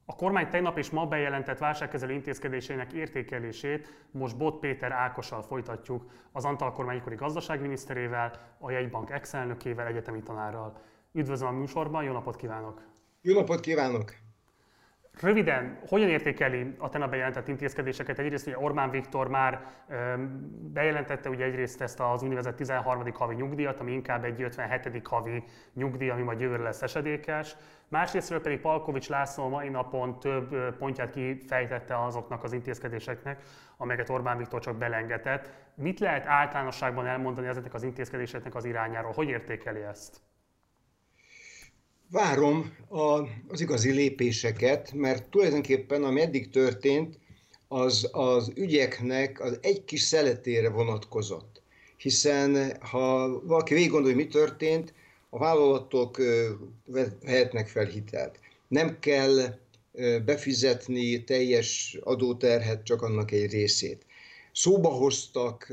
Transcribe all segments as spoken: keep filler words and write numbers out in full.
A kormány tegnap és ma bejelentett válságkezelő intézkedéseinek értékelését most Bot Péter Ákossal folytatjuk, az Antal kormány egykori gazdaságminiszterével, a Jegybank ex-elnökével, egyetemi tanárral. Üdvözlöm a műsorban, jó napot kívánok! Jó napot kívánok! Röviden, hogyan értékeli a tegnap bejelentett intézkedéseket? Egyrészt ugye Orbán Viktor már bejelentette ugye egyrészt ezt az úgynevezett tizenharmadik havi nyugdíjat, ami inkább egy ötvenhetedik havi nyugdíj, ami majd jövőre lesz esedékes. Másrésztről pedig Palkovics László mai napon több pontját kifejtette azoknak az intézkedéseknek, amelyeket Orbán Viktor csak belengetett. Mit lehet általánosságban elmondani ezeknek az intézkedéseknek az irányáról? Hogy értékeli ezt? Várom a, az igazi lépéseket, mert tulajdonképpen ami eddig történt, az az ügyeknek az egy kis szeletére vonatkozott. Hiszen ha valaki végig gondolja, mi történt, a vállalatok vehetnek fel hitelt. Nem kell befizetni teljes adóterhet, csak annak egy részét. Szóba hoztak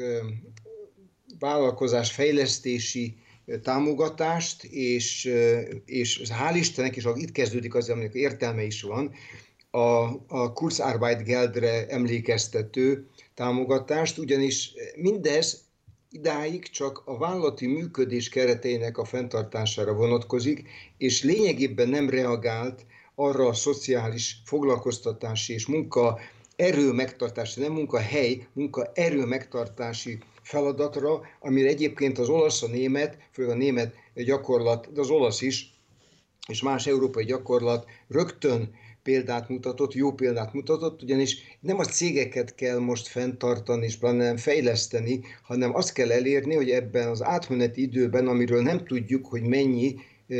vállalkozás fejlesztési támogatást, és, és hál' Istennek, és itt kezdődik az, aminek értelme is van, a, a Kurzarbeitgeldre emlékeztető támogatást, ugyanis mindez idáig csak a vállalati működés kereteinek a fenntartására vonatkozik, és lényegében nem reagált arra a szociális foglalkoztatási és munkaerő megtartási, nem munkahely, munkaerő megtartási feladatra, amire egyébként az olasz, a német, főleg a német gyakorlat, de az olasz is, és más európai gyakorlat rögtön példát mutatott, jó példát mutatott, ugyanis nem a cégeket kell most fenntartani és pláne nem fejleszteni, hanem azt kell elérni, hogy ebben az átmeneti időben, amiről nem tudjuk, hogy mennyi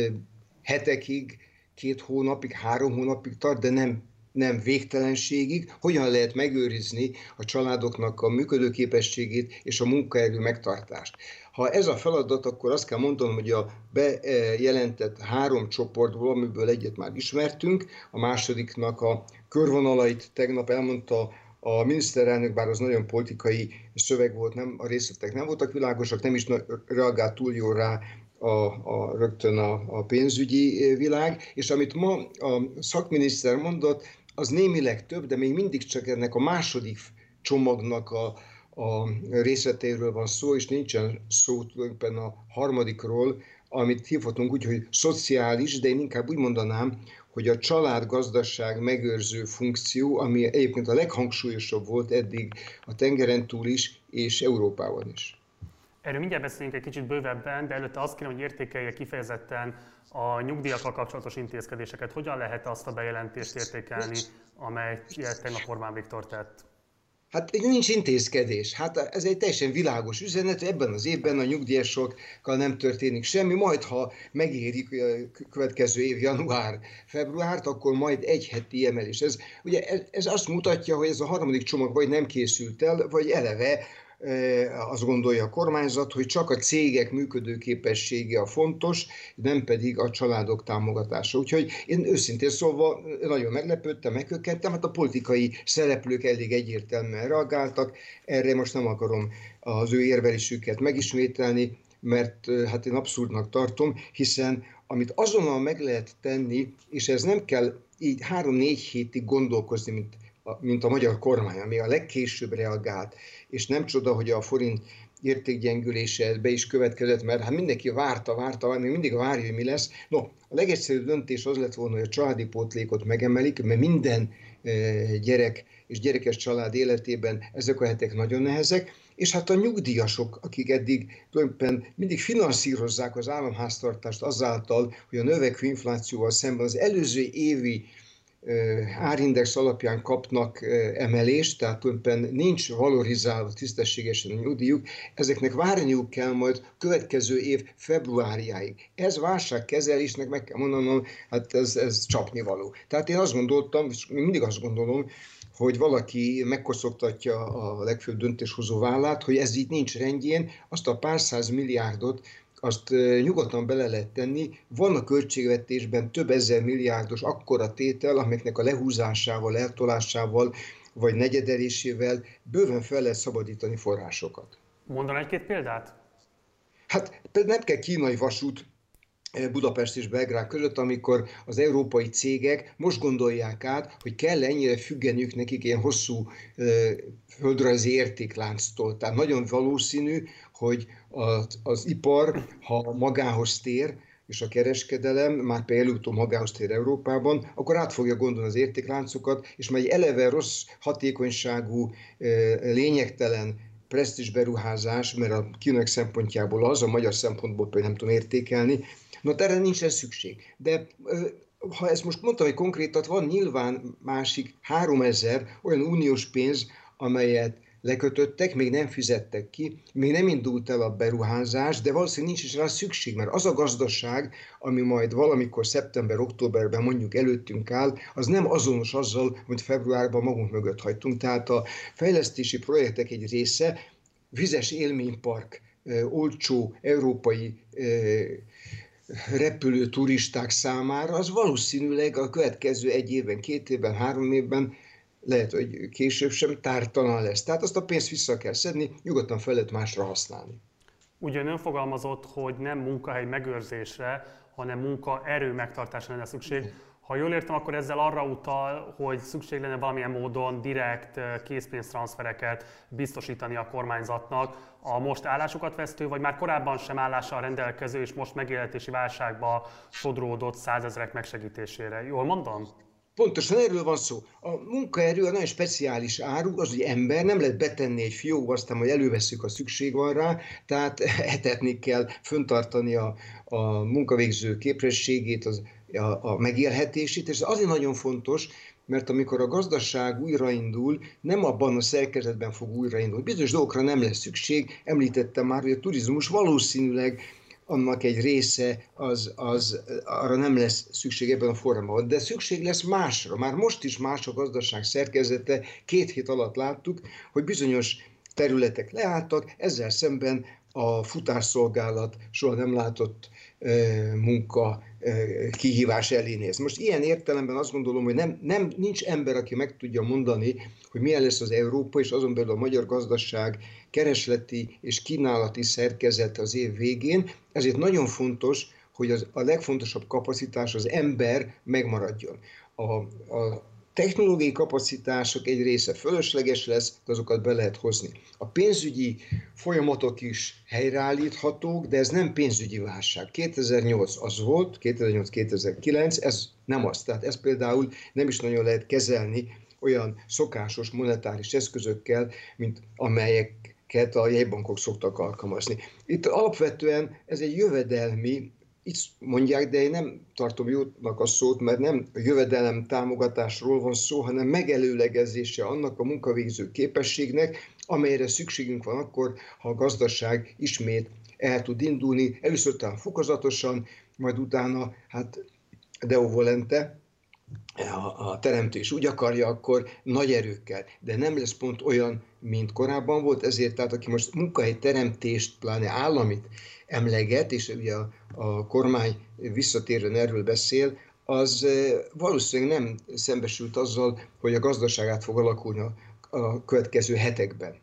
hetekig, két hónapig, három hónapig tart, de nem nem végtelenségig, hogyan lehet megőrizni a családoknak a működőképességét és a munkaerő megtartást. Ha ez a feladat, akkor azt kell mondanom, hogy a bejelentett három csoportból, amiből egyet már ismertünk, a másodiknak a körvonalait tegnap elmondta a miniszterelnök, bár az nagyon politikai szöveg volt, nem, a részletek nem voltak világosak, nem is reagált túl jól rá A, a, rögtön a, a pénzügyi világ, és amit ma a szakminiszter mondott, az némileg több, de még mindig csak ennek a második csomagnak a, a részleteiről van szó, és nincsen szó tulajdonképpen a harmadikról, amit hívhatunk úgy, hogy szociális, de én inkább úgy mondanám, hogy a családgazdaság megőrző funkció, ami egyébként a leghangsúlyosabb volt eddig a tengeren túl is, és Európában is. Erről mindjárt beszélünk egy kicsit bővebben, de előtte azt kérem, hogy értékelje kifejezetten a nyugdíjakkal kapcsolatos intézkedéseket. Hogyan lehet azt a bejelentést értékelni, amely tegnap Orbán Viktor tett? Hát nincs intézkedés. Hát ez egy teljesen világos üzenet, hogy ebben az évben a nyugdíjasokkal nem történik semmi, majd ha megérik a következő év január-februárt, akkor majd egy heti emelés. Ez, ugye ez, ez azt mutatja, hogy ez a harmadik csomag vagy nem készült el, vagy eleve azt gondolja a kormányzat, hogy csak a cégek működőképessége a fontos, nem pedig a családok támogatása. Úgyhogy én őszintén szólva nagyon meglepődtem, meghökkentem, hát a politikai szereplők elég egyértelműen reagáltak, erre most nem akarom az ő érvelésüket megismételni, mert hát én abszurdnak tartom, hiszen amit azonnal meg lehet tenni, és ez nem kell így három-négy hétig gondolkozni, mint mint a magyar kormány, ami a legkésőbb reagált, és nem csoda, hogy a forint értékgyengülése be is következett, mert hát mindenki várta, várta, még mindig várja, hogy mi lesz. No, a legegyszerűbb döntés az lett volna, hogy a családi pótlékot megemelik, mert minden gyerek és gyerekes család életében ezek a hetek nagyon nehezek, és hát a nyugdíjasok, akik eddig tulajdonképpen mindig finanszírozzák az államháztartást azáltal, hogy a növekvő inflációval szemben az előző évi árindex alapján kapnak emelést, tehát tulajdonképpen nincs valorizálva tisztességesen a nyugdíjuk, ezeknek várniuk kell majd következő év februárjáig. Ez válságkezelésnek meg kell mondanom, hát ez, ez csapnivaló. Tehát én azt gondoltam, és mindig azt gondolom, hogy valaki megkoszogtatja a legfőbb döntéshozó vállát, hogy ez így nincs rendjén, azt a pár száz milliárdot, azt nyugodtan bele lehet tenni. Van a költségvetésben több ezer milliárdos akkora tétel, amiknek a lehúzásával, eltolásával vagy negyedelésével bőven fel lehet szabadítani forrásokat. Mondaná egy-két példát? Hát nem kell kínai vasút Budapest és Belgrád között, amikor az európai cégek most gondolják át, hogy kell ennyire függeniük nekik ilyen hosszú földrajzi értéklánctól. Tehát nagyon valószínű, hogy az, az ipar, ha magához tér, és a kereskedelem, már például előutóbb magához tér Európában, akkor át fogja gondolni az értékláncokat, és már egy eleve rossz hatékonyságú, lényegtelen presztízs beruházás, mert a kínaiak szempontjából az, a magyar szempontból például nem tudom értékelni, no, erre nincsen szükség. De ha ezt most mondtam, hogy konkrétat, van nyilván másik háromezer olyan uniós pénz, amelyet lekötöttek, még nem fizettek ki, még nem indult el a beruházás, de valószínűleg nincs is rá szükség, mert az a gazdaság, ami majd valamikor szeptember-októberben mondjuk előttünk áll, az nem azonos azzal, amit februárban magunk mögött hagytunk. Tehát a fejlesztési projektek egy része vizes élménypark, olcsó európai repülő turisták számára, az valószínűleg a következő egy évben, két évben, három évben, lehet, hogy később sem tártalan lesz. Tehát azt a pénzt vissza kell szedni, nyugodtan fel lehet másra használni. Ugyan ön fogalmazott, hogy nem munkahely megőrzésre, hanem munkaerő megtartásra lenne szükség. Ha jól értem, akkor ezzel arra utal, hogy szükség lenne valamilyen módon direkt készpénztranszfereket biztosítani a kormányzatnak a most állásokat vesztő, vagy már korábban sem állással rendelkező és most megélhetési válságba sodródott százezrek megsegítésére. Jól mondom? Pontosan erről van szó. A munkaerő a nagyon speciális áru, az, hogy ember, nem lehet betenni egy fiókba, aztán majd elővesszük, ha szükség van rá, tehát etetni kell, föntartani a, a munkavégző képességét, az, a, a megélhetését, és ez azért nagyon fontos, mert amikor a gazdaság újraindul, nem abban a szerkezetben fog újraindulni. Bizonyos dolgokra nem lesz szükség, említettem már, hogy a turizmus valószínűleg annak egy része, az, az arra nem lesz szükség ebben a formában. De szükség lesz másra. Már most is más a gazdaság szerkezete. Két hét alatt láttuk, hogy bizonyos területek leálltak, ezzel szemben a futárszolgálat soha nem látott munka kihívás elé néz. Most ilyen értelemben azt gondolom, hogy nem, nem, nincs ember, aki meg tudja mondani, hogy milyen lesz az Európa, és azon belül a magyar gazdaság keresleti és kínálati szerkezet az év végén. Ezért nagyon fontos, hogy az, a legfontosabb kapacitás, az ember megmaradjon. A, a technológiai kapacitások egy része fölösleges lesz, de azokat be lehet hozni. A pénzügyi folyamatok is helyreállíthatók, de ez nem pénzügyi válság. kétezer-nyolc az volt, kétezer-nyolc-kétezer-kilenc, ez nem az. Tehát ezt például nem is nagyon lehet kezelni olyan szokásos monetáris eszközökkel, mint amelyeket a jegybankok szoktak alkalmazni. Itt alapvetően ez egy jövedelmi, így mondják, de én nem tartom jónak a szót, mert nem jövedelem támogatásról van szó, hanem megelőlegezése annak a munkavégző képességnek, amelyre szükségünk van akkor, ha a gazdaság ismét el tud indulni, először talán fokozatosan, majd utána, hát Deo volente, a, a teremtés úgy akarja, akkor nagy erőkkel, de nem lesz pont olyan, mint korábban volt, ezért tehát aki most munkahely teremtést, pláne államit emleget, és ugye a, a kormány visszatérően erről beszél, az valószínűleg nem szembesült azzal, hogy a gazdaságát fog alakulni a, a következő hetekben.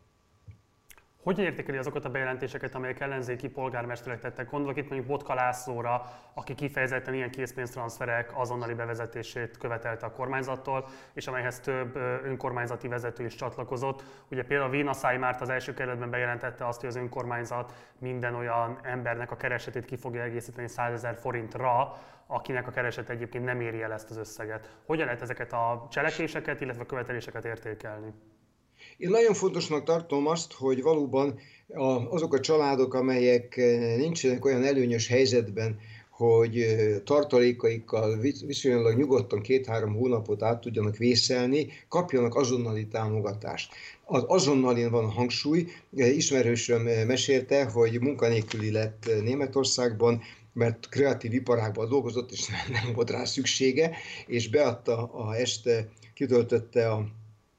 Hogyan értékeli azokat a bejelentéseket, amelyek ellenzéki polgármesterek tettek? Gondolok itt mondjuk Botka Lászlóra, aki kifejezetten ilyen készpénztranszferek azonnali bevezetését követelte a kormányzattól, és amelyhez több önkormányzati vezető is csatlakozott. Ugye például Véna Szájmárt az első kerületben bejelentette azt, hogy az önkormányzat minden olyan embernek a keresetét ki fogja egészíteni százezer forintra, akinek a kereset egyébként nem éri el ezt az összeget. Hogyan lehet ezeket a cselekvéseket, illetve követeléseket értékelni? Én nagyon fontosnak tartom azt, hogy valóban azok a családok, amelyek nincsenek olyan előnyös helyzetben, hogy tartalékaikkal viszonylag nyugodtan két-három hónapot át tudjanak vészelni, kapjanak azonnali támogatást. Az azonnalin van a hangsúly. Ismerősöm mesélte, hogy munkanélküli lett Németországban, mert kreatív iparágban dolgozott, és nem volt rá szüksége, és beadta a este, kitöltötte a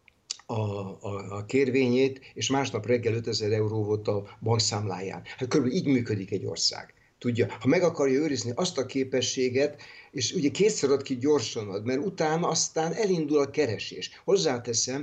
A, a, a kérvényét, és másnap reggel ötezer euró volt a bankszámláján. Hát körülbelül így működik egy ország. Tudja, ha meg akarja őrizni azt a képességet, és ugye kétszer ad ki, gyorsan ad, mert utána aztán elindul a keresés. Hozzáteszem,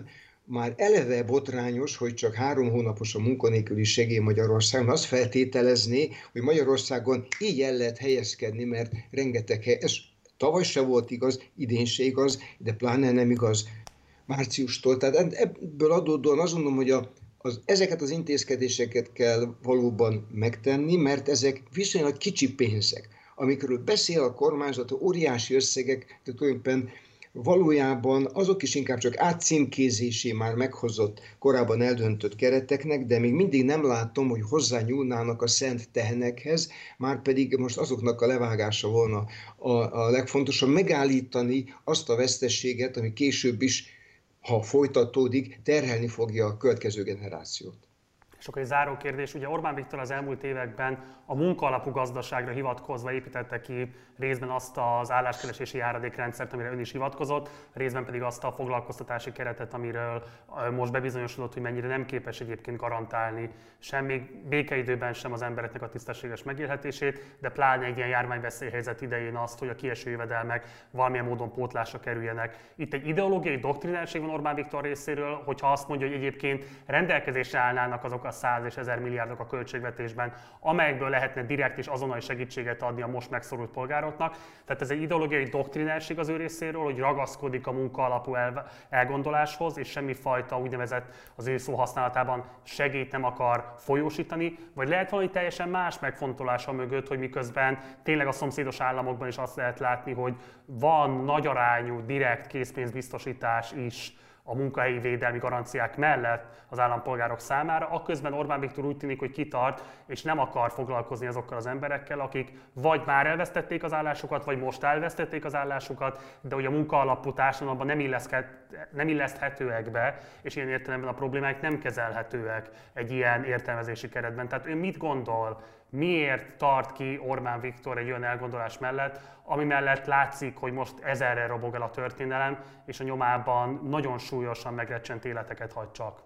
már eleve botrányos, hogy csak három hónapos a munkanélküli segély Magyarországon. Azt feltételezné, hogy Magyarországon így el lehet helyezkedni, mert rengeteg hely, ez tavaly se volt igaz, idén se igaz, de pláne nem igaz márciustól. Tehát ebből adódóan azt mondom, hogy a, az, ezeket az intézkedéseket kell valóban megtenni, mert ezek viszonylag kicsi pénzek. Amikről beszél a kormányzat, óriási összegek, tehát tulajdonképpen valójában azok is inkább csak átcímkézésé már meghozott, korábban eldöntött kereteknek, de még mindig nem látom, hogy hozzányúlnának a szent tehenekhez, már pedig most azoknak a levágása volna a, a legfontosabb, megállítani azt a veszteséget, ami később is, ha folytatódik, terhelni fogja a következő generációt. És akkor egy záró kérdés, ugye Orbán Viktor az elmúlt években a munkaalapú gazdaságra hivatkozva építette ki részben azt az álláskeresési járadékrendszert, amire ön is hivatkozott, részben pedig azt a foglalkoztatási keretet, amiről most bebizonyosodott, hogy mennyire nem képes egyébként garantálni sem még békeidőben sem az embereknek a tisztességes megélhetését, de pláne egy ilyen járványveszélyhelyzet idején azt, hogy a kieső jövedelmek valamilyen módon pótlásra kerüljenek. Itt egy ideológiai doktrinárség van Orbán Viktor részéről, hogyha azt mondja, hogy egyébként rendelkezésre állnának azok a száz és ezer milliárdok a költségvetésben, amelyekből lehetne direkt és azonnali segítséget adni a most megszorult polgároknak. Tehát ez egy ideológiai doktrinárség az ő részéről, hogy ragaszkodik a munkaalapú elgondoláshoz, és semmifajta úgynevezett az ő szóhasználatában segélyt nem akar folyósítani, vagy lehet valami teljesen más megfontolása mögött, hogy miközben tényleg a szomszédos államokban is azt lehet látni, hogy van nagyarányú direkt készpénzbiztosítás is a munkahelyi védelmi garanciák mellett az állampolgárok számára, akközben Orbán Viktor úgy tűnik, hogy kitart, és nem akar foglalkozni azokkal az emberekkel, akik vagy már elvesztették az állásukat, vagy most elvesztették az állásukat, de hogy a munkaalapú társadalomban nem, nem illeszthetőek be, és ilyen értelemben a problémák nem kezelhetőek egy ilyen értelmezési keretben. Tehát ő mit gondol, miért tart ki Orbán Viktor egy olyan elgondolás mellett, ami mellett látszik, hogy most ezerre robog el a történelem, és a nyomában nagyon súlyosan megrecsent életeket hagy csak?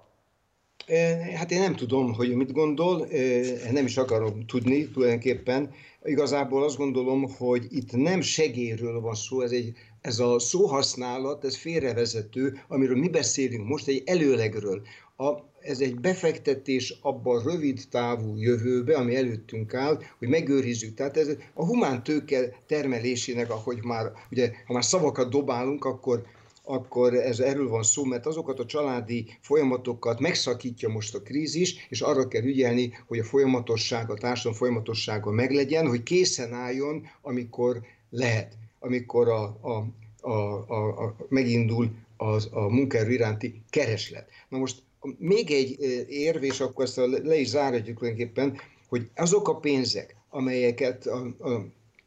Hát én nem tudom, hogy mit gondol, nem is akarom tudni tulajdonképpen. Igazából azt gondolom, hogy itt nem segélyről van szó, ez, egy, ez a szóhasználat, ez félrevezető, amiről mi beszélünk most, egy előlegről. A, ez egy befektetés abban a rövid távú jövőbe, ami előttünk áll, hogy megőrizzük. Tehát ez a humántőke termelésének, ahogy már, ugye, ha már szavakat dobálunk, akkor akkor ez erről van szó, mert azokat a családi folyamatokat megszakítja most a krízis, és arra kell ügyelni, hogy a folyamatosság, a társadalom folyamatossága meglegyen, hogy készen álljon, amikor lehet, amikor a, a, a, a, a, megindul az, a munkaerő iránti kereslet. Na most még egy érv, és akkor ezt le is zárhatjuk tulajdonképpen, hogy azok a pénzek, amelyeket a, a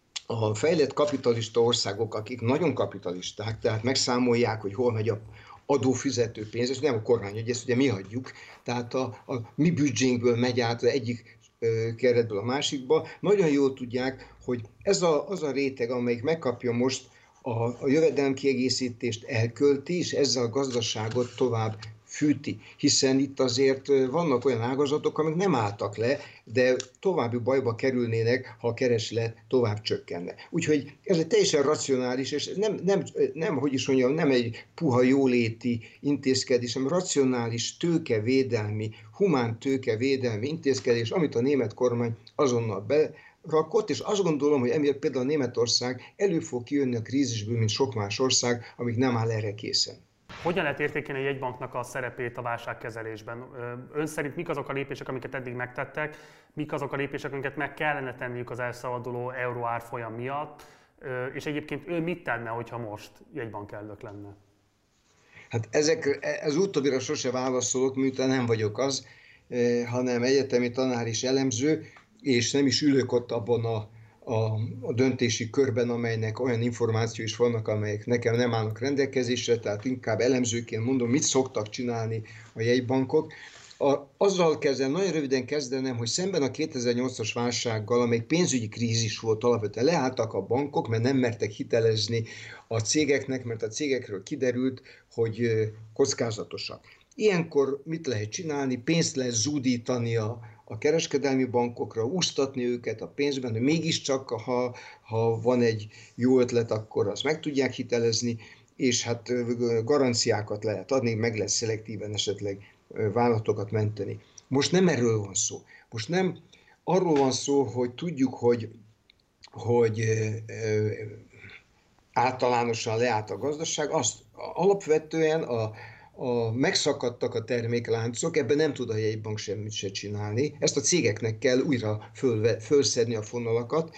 a fejlett kapitalista országok, akik nagyon kapitalisták, tehát megszámolják, hogy hol megy a adófizető pénz, és nem a kormány, hogy ezt ugye mi adjuk, tehát a, a mi büdzsénkből megy át az egyik keretből a másikba. Nagyon jól tudják, hogy ez a, az a réteg, amelyik megkapja most a, a jövedelemkiegészítést, elkölti, és ezzel a gazdaságot tovább fűti, hiszen itt azért vannak olyan ágazatok, amik nem álltak le, de további bajba kerülnének, ha a kereslet tovább csökkenne. Úgyhogy ez egy teljesen racionális, és nem, nem, nem, hogy is mondjam, nem egy puha jóléti intézkedés, hanem racionális tőkevédelmi, humán tőkevédelmi intézkedés, amit a német kormány azonnal berakott, és azt gondolom, hogy emiatt például Németország elő fog kijönni a krízisből, mint sok más ország, amik nem áll erre készen. Hogyan lehet értékelni a jegybanknak a szerepét a válságkezelésben? Ön szerint mik azok a lépések, amiket eddig megtettek, mik azok a lépések, amiket meg kellene tenniük az elszabaduló euró árfolyam miatt, és egyébként ő mit tenne, hogyha most jegybankelnök lenne? Hát ezek, az utóbbira sose válaszolok, miután nem vagyok az, hanem egyetemi tanár és elemző, és nem is ülök ott abban a A, a döntési körben, amelynek olyan információi is vannak, amelyek nekem nem állnak rendelkezésre, tehát inkább elemzőként mondom, mit szoktak csinálni a jegybankok. A, azzal kezdem, nagyon röviden kezdenem, hogy szemben a kétezer-nyolcas válsággal, amely pénzügyi krízis volt alapvetően, leálltak a bankok, mert nem mertek hitelezni a cégeknek, mert a cégekről kiderült, hogy kockázatosak. Ilyenkor mit lehet csinálni? Pénzt lehet zúdítani a a kereskedelmi bankokra, úsztatni őket a pénzben, de mégiscsak, ha, ha van egy jó ötlet, akkor azt meg tudják hitelezni, és hát garanciákat lehet adni, meg lehet szelektíven esetleg vállalatokat menteni. Most nem erről van szó. Most nem arról van szó, hogy tudjuk, hogy, hogy általánosan leállt a gazdaság, azt alapvetően a, a, megszakadtak a termékláncok, ebben nem tud a jegybank semmit se csinálni. Ezt a cégeknek kell újra föl, fölszedni a fonalakat,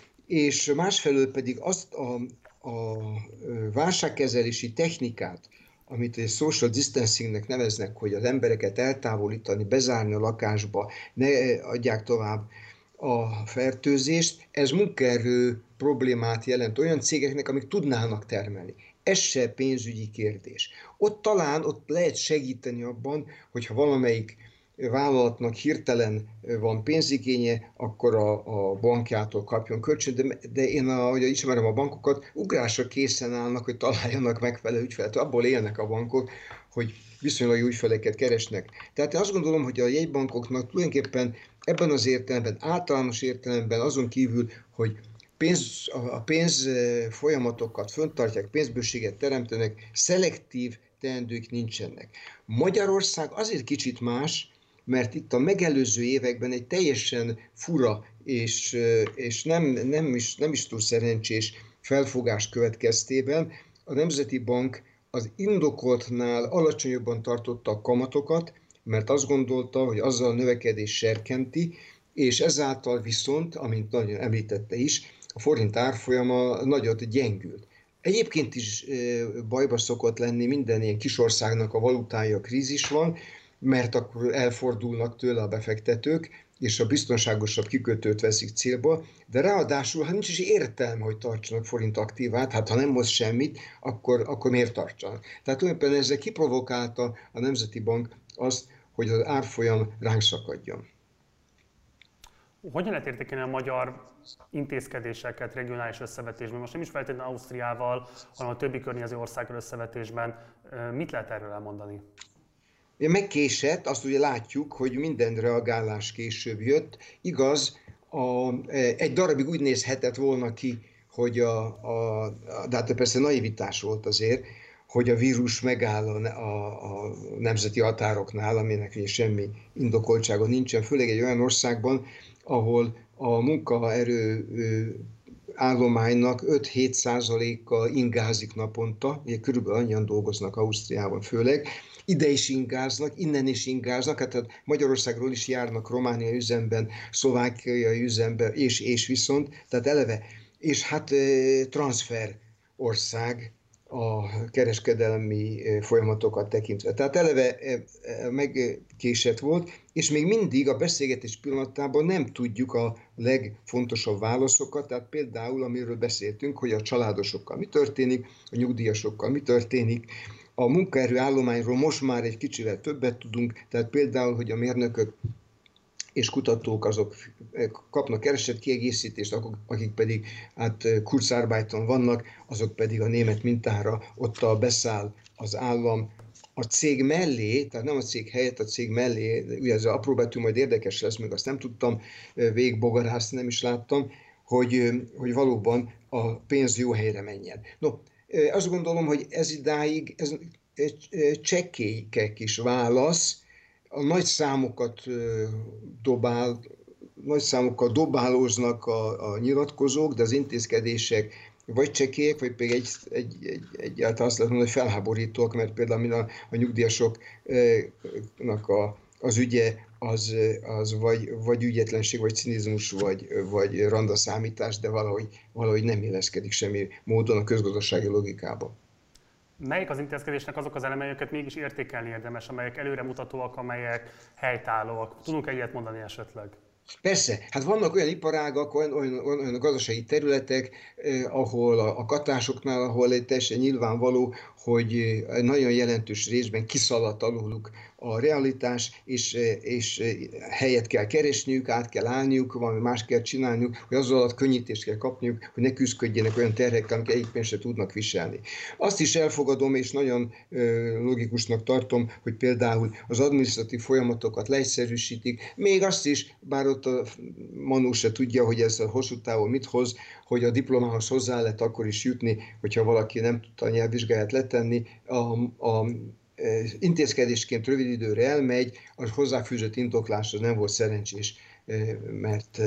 és másfelől pedig azt a, a válságkezelési technikát, amit a social distancingnek neveznek, hogy az embereket eltávolítani, bezárni a lakásba, ne adják tovább a fertőzést, ez munkaerő problémát jelent olyan cégeknek, amik tudnának termelni. Ez se pénzügyi kérdés. Ott talán ott lehet segíteni abban, hogyha valamelyik vállalatnak hirtelen van pénzigénye, akkor a, a bankjától kapjon kölcsön, de, de én, ahogy ismerem a bankokat, ugrásra készen állnak, hogy találjanak megfelelő ügyfelet. Abból élnek a bankok, hogy viszonylag jó ügyfeleket keresnek. Tehát én azt gondolom, hogy a jegybankoknak tulajdonképpen ebben az értelemben, általános értelemben azon kívül, hogy pénz, a pénz folyamatokat föntartják, pénzbőséget teremtenek, szelektív teendők nincsenek. Magyarország azért kicsit más, mert itt a megelőző években egy teljesen fura és, és nem, nem, is, nem is túl szerencsés felfogás következtében a Nemzeti Bank az indokoltnál alacsonyabban tartotta a kamatokat, mert azt gondolta, hogy azzal a növekedés serkenti, és ezáltal viszont, amint nagyon említette is, a forint árfolyama nagyot gyengült. Egyébként is bajba szokott lenni minden ilyen kisországnak a valutája, krízis van, mert akkor elfordulnak tőle a befektetők, és a biztonságosabb kikötőt veszik célba, de ráadásul hát nincs is értelme, hogy tartsanak forint aktívát, hát ha nem hoz semmit, akkor, akkor miért tartsanak? Tehát tulajdonképpen ezzel kiprovokálta a Nemzeti Bank azt, hogy az árfolyam ránk szakadjon. Hogyan lehet értékelni a magyar intézkedéseket regionális összevetésben? Most nem is feltétlenül Ausztriával, hanem a többi környező országgal összevetésben. Mit lehet erről elmondani? Megkésett, azt ugye látjuk, hogy minden reagálás később jött. Igaz, a, egy darabig úgy nézhetett volna ki, hogy a, a, de hát persze naivitás volt azért, hogy a vírus megáll a, a, a nemzeti határoknál, aminek ugye semmi indokoltsága nincsen, főleg egy olyan országban, ahol a munkaerő állománynak öt-hét százaléka ingázik naponta, ugye körülbelül annyian dolgoznak Ausztriában főleg, ide is ingáznak, innen is ingáznak, hát Magyarországról is járnak Románia üzemben, Szlovákiai üzemben, és, és viszont, tehát eleve, és hát transfer ország a kereskedelmi folyamatokat tekintve. Tehát eleve megkésett volt, és még mindig a beszélgetés pillanatában nem tudjuk a legfontosabb válaszokat, tehát például, amiről beszéltünk, hogy a családosokkal mi történik, a nyugdíjasokkal mi történik, a munkaerő állományról most már egy kicsivel többet tudunk, tehát például, hogy a mérnökök és kutatók azok kapnak keresetkiegészítést, akik pedig hát Kurzarbeiton vannak, azok pedig a német mintára ott a beszáll az állam a cég mellé, tehát nem a cég helyett, a cég mellé, ugye ez az apró betű majd érdekes lesz, még azt nem tudtam végigbogarászni, nem is láttam, hogy, hogy valóban a pénz jó helyre menjen. No, azt gondolom, hogy ez idáig ez csekély kis válasz, a nagy számokat dobál, nagy számokkal dobálóznak a, a nyilatkozók, de az intézkedések vagy csekélyek, vagy pedig egy, egy, egy, egyáltalán azt lehet mondani, hogy felháborítóak, mert például a, a nyugdíjasoknak a, az ügye az, az vagy, vagy ügyetlenség, vagy cinizmus, vagy, vagy randaszámítás, de valahogy, valahogy nem illeszkedik semmi módon a közgazdasági logikába. Melyik az intézkedésnek azok az elemei, amiket mégis értékelni érdemes, amelyek előremutatóak, amelyek helytállóak? Tudunk egyet mondani esetleg? Persze, hát vannak olyan iparágak, olyan, olyan, olyan gazdasági területek, eh, ahol a, a katásoknál, ahol egy teljesen nyilvánvaló, hogy nagyon jelentős részben kiszaladt aluluk a realitás, és, és helyet kell keresniük, át kell állniuk, valami más kell csinálniuk, hogy az alatt könnyítést kell kapniuk, hogy ne küzdködjenek olyan terhekkel, amik egyébként se tudnak viselni. Azt is elfogadom, és nagyon logikusnak tartom, hogy például az adminisztratív folyamatokat leegyszerűsítik, még azt is, bár ott a Manó se tudja, hogy ez a hosszú távon mit hoz, hogy a diplomához hozzá lehet akkor is jutni, hogyha valaki nem tudta a nyelvvizsgáját letenni. A, a intézkedésként rövid időre elmegy, a hozzáfűzött indoklás az nem volt szerencsés, mert,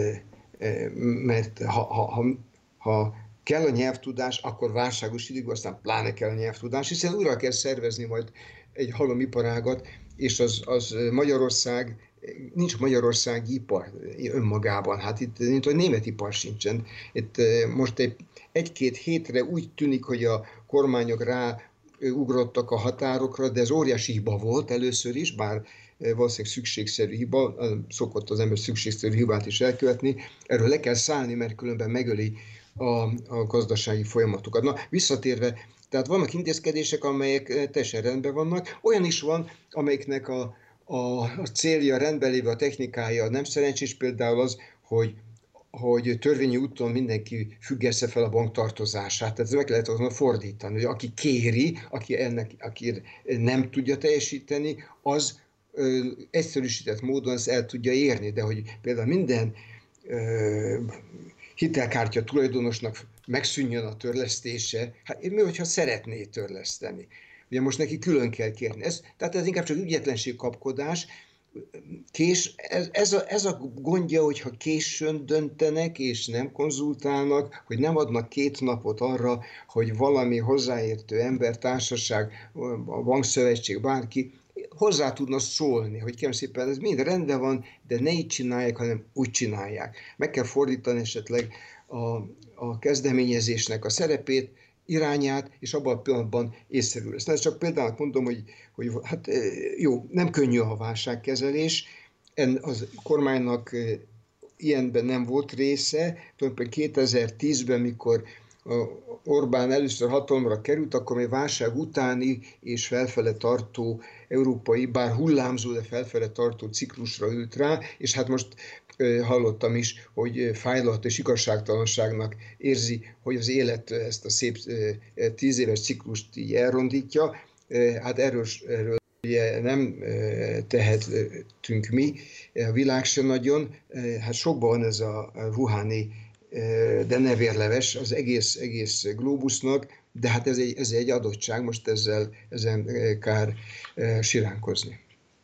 mert ha, ha, ha, ha kell a nyelvtudás, akkor válságos időkben aztán pláne kell a nyelvtudás, hiszen újra kell szervezni majd egy halomiparágat, és az, az Magyarország, nincs magyarországi ipar önmagában, hát itt mint a német ipar sincsen. Itt most egy, egy-két hétre úgy tűnik, hogy a kormányok rá ugrottak a határokra, de ez óriási hiba volt először is, bár valószínűleg szükségszerű hiba, szokott az ember szükségszerű hibát is elkövetni. Erről le kell szállni, mert különben megöli a, a gazdasági folyamatokat. Na, visszatérve, tehát vannak intézkedések, amelyek teljesen rendben vannak, olyan is van, amelyeknek a, a, a célja rendben lévő, a technikája nem szerencsés, például az, hogy hogy törvényi úton mindenki függesse fel a banktartozását. Tehát meg lehet volna fordítani, hogy aki kéri, aki ennek aki nem tudja teljesíteni, az ö, egyszerűsített módon ezt el tudja érni. De hogy például minden ö, hitelkártya tulajdonosnak megszűnjön a törlesztése, hát mi, hogyha szeretné törleszteni? Ugye most neki külön kell kérni. Ez, tehát ez inkább csak ügyetlenség kapkodás. Kés, ez, ez, a, ez a gondja, hogyha későn döntenek és nem konzultálnak, hogy nem adnak két napot arra, hogy valami hozzáértő ember, társaság, a bankszövetség, bárki hozzá tudna szólni, hogy kérem szépen, ez mind rendben van, de ne így csinálják, hanem úgy csinálják. Meg kell fordítani esetleg a, a kezdeményezésnek a szerepét, irányát, és abban a pillanatban észszerű lesz. Ezt csak például mondom, hogy, hogy hát jó, nem könnyű a válságkezelés, az kormánynak ilyenben nem volt része, tulajdonképpen kétezer-tízben, mikor Orbán először hatalomra került, akkor még válság utáni és felfele tartó európai, bár hullámzó, de felfele tartó ciklusra ült rá, és hát most hallottam is, hogy fájlat és igazságtalanságnak érzi, hogy az élet ezt a szép tíz éves ciklust így elrondítja. Hát erről, erről ugye nem tehetünk mi, a világ sem nagyon. Hát sokban van ez a Wuhani, de nevérleves az egész, egész glóbusznak, de hát ez egy, ez egy adottság, most ezzel ezen kár siránkozni.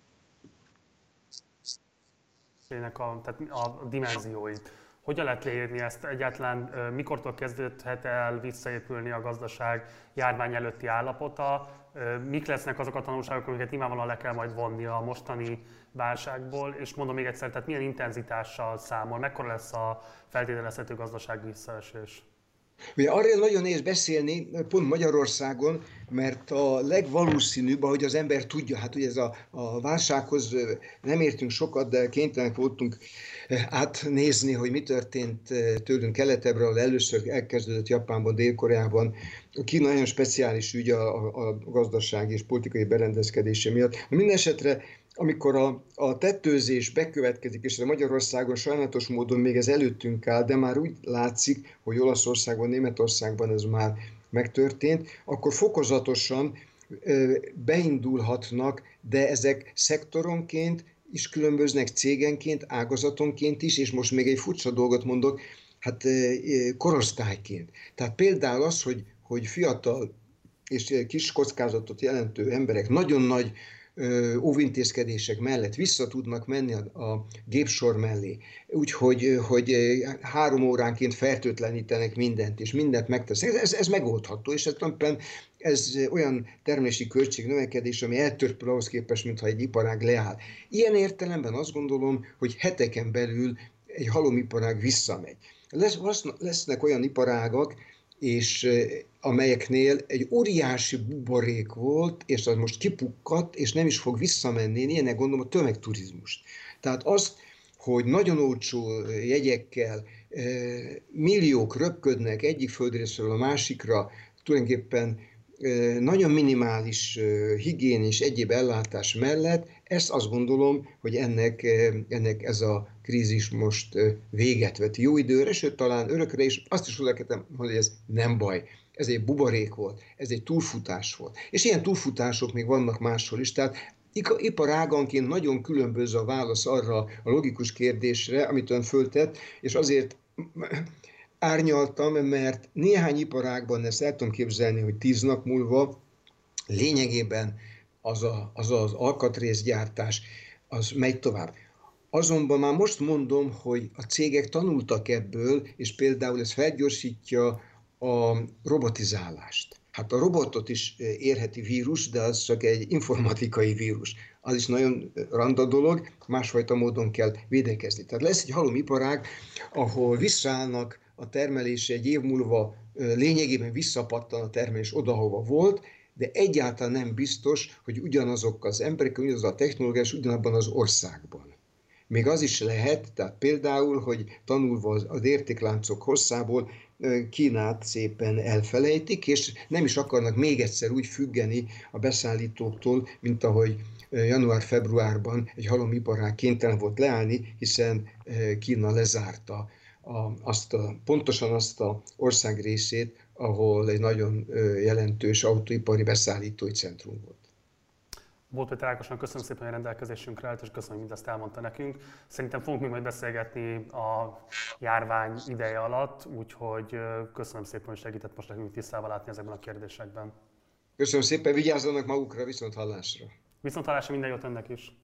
A, tehát a dimenzióit. Hogyan lehet leírni ezt egyáltalán, mikortól kezdődhet el visszaépülni a gazdaság járvány előtti állapota, mik lesznek azok a tanulságok, amiket nyilvánvalóan le kell majd vonni a mostani válságból, és mondom még egyszer, tehát milyen intenzitással számol, mekkora lesz a feltételezhető gazdasági visszaesés? Ugye arról nagyon nehéz beszélni, pont Magyarországon, mert a legvalószínűbb, ahogy az ember tudja, hát ugye ez a, a válsághoz nem értünk sokat, de kénytelenek voltunk átnézni, hogy mi történt tőlünk keletebbre, ahol először elkezdődött Japánban, Dél-Koreában. Kína nagyon speciális ügy a, a gazdasági és politikai berendezkedése miatt. Mindenesetre amikor a, a tettőzés bekövetkezik, és a Magyarországon sajnálatos módon még ez előttünk áll, de már úgy látszik, hogy Olaszországban, Németországban ez már megtörtént, akkor fokozatosan ö, beindulhatnak, de ezek szektoronként is különböznek, cégenként, ágazatonként is, és most még egy furcsa dolgot mondok, hát ö, korosztályként. Tehát például az, hogy, hogy fiatal és kis kockázatot jelentő emberek nagyon nagy óvintézkedések mellett vissza tudnak menni a, a gépsor mellé. Úgyhogy hogy három óránként fertőtlenítenek mindent, és mindent megtesznek. Ez, ez megoldható, és ez, ez olyan termelési költségnövekedés, ami eltörpül ahhoz képest, mintha egy iparág leáll. Ilyen értelemben azt gondolom, hogy heteken belül egy halomiparág visszamegy. Lesz, lesznek olyan iparágak, és amelyeknél egy óriási buborék volt, és az most kipukkadt, és nem is fog visszamenni. Én ilyenek gondolom a tömegturizmust. Tehát azt, hogy nagyon olcsó jegyekkel milliók röpködnek egyik földrészről a másikra, tulajdonképpen nagyon minimális higién és egyéb ellátás mellett, ezt azt gondolom, hogy ennek, ennek ez a krízis most véget vet jó időre, sőt talán örökre, és azt is hozzá hogy ez nem baj. Ez egy buborék volt, ez egy túlfutás volt. És ilyen túlfutások még vannak máshol is, tehát iparáganként nagyon különböző a válasz arra a logikus kérdésre, amit ön föltett, és azért árnyaltam, mert néhány iparágban ezt el tudom képzelni, hogy tíz nap múlva lényegében az, a, az az alkatrészgyártás, az megy tovább. Azonban már most mondom, hogy a cégek tanultak ebből, és például ez felgyorsítja a robotizálást. Hát a robotot is érheti vírus, de az csak egy informatikai vírus. Az is nagyon randa dolog, másfajta módon kell védekezni. Tehát lesz egy halomiparág, ahol visszaállnak a termelés egy év múlva, lényegében visszapattan a termelés oda, hova volt, de egyáltalán nem biztos, hogy ugyanazok az emberek, ugyanaz a technológia, és ugyanabban az országban. Még az is lehet, tehát például, hogy tanulva az értékláncok hosszából Kínát szépen elfelejtik, és nem is akarnak még egyszer úgy függeni a beszállítóktól, mint ahogy január-februárban egy halomiparág kénytelen volt leállni, hiszen Kína lezárta a, azt a, pontosan azt az országrészét, ahol egy nagyon jelentős autóipari beszállítói centrum volt. Bóth Péter Ákosnak köszönöm szépen, hogy rendelkezésünkre állt, és köszönöm, hogy mindezt elmondta nekünk. Szerintem fogunk még majd beszélgetni a járvány ideje alatt, úgyhogy köszönöm szépen, hogy segített most nekünk tisztával látni ezekben a kérdésekben. Köszönöm szépen, vigyázzanak magukra, viszont hallásra! Viszont hallásra, minden jót önnek is!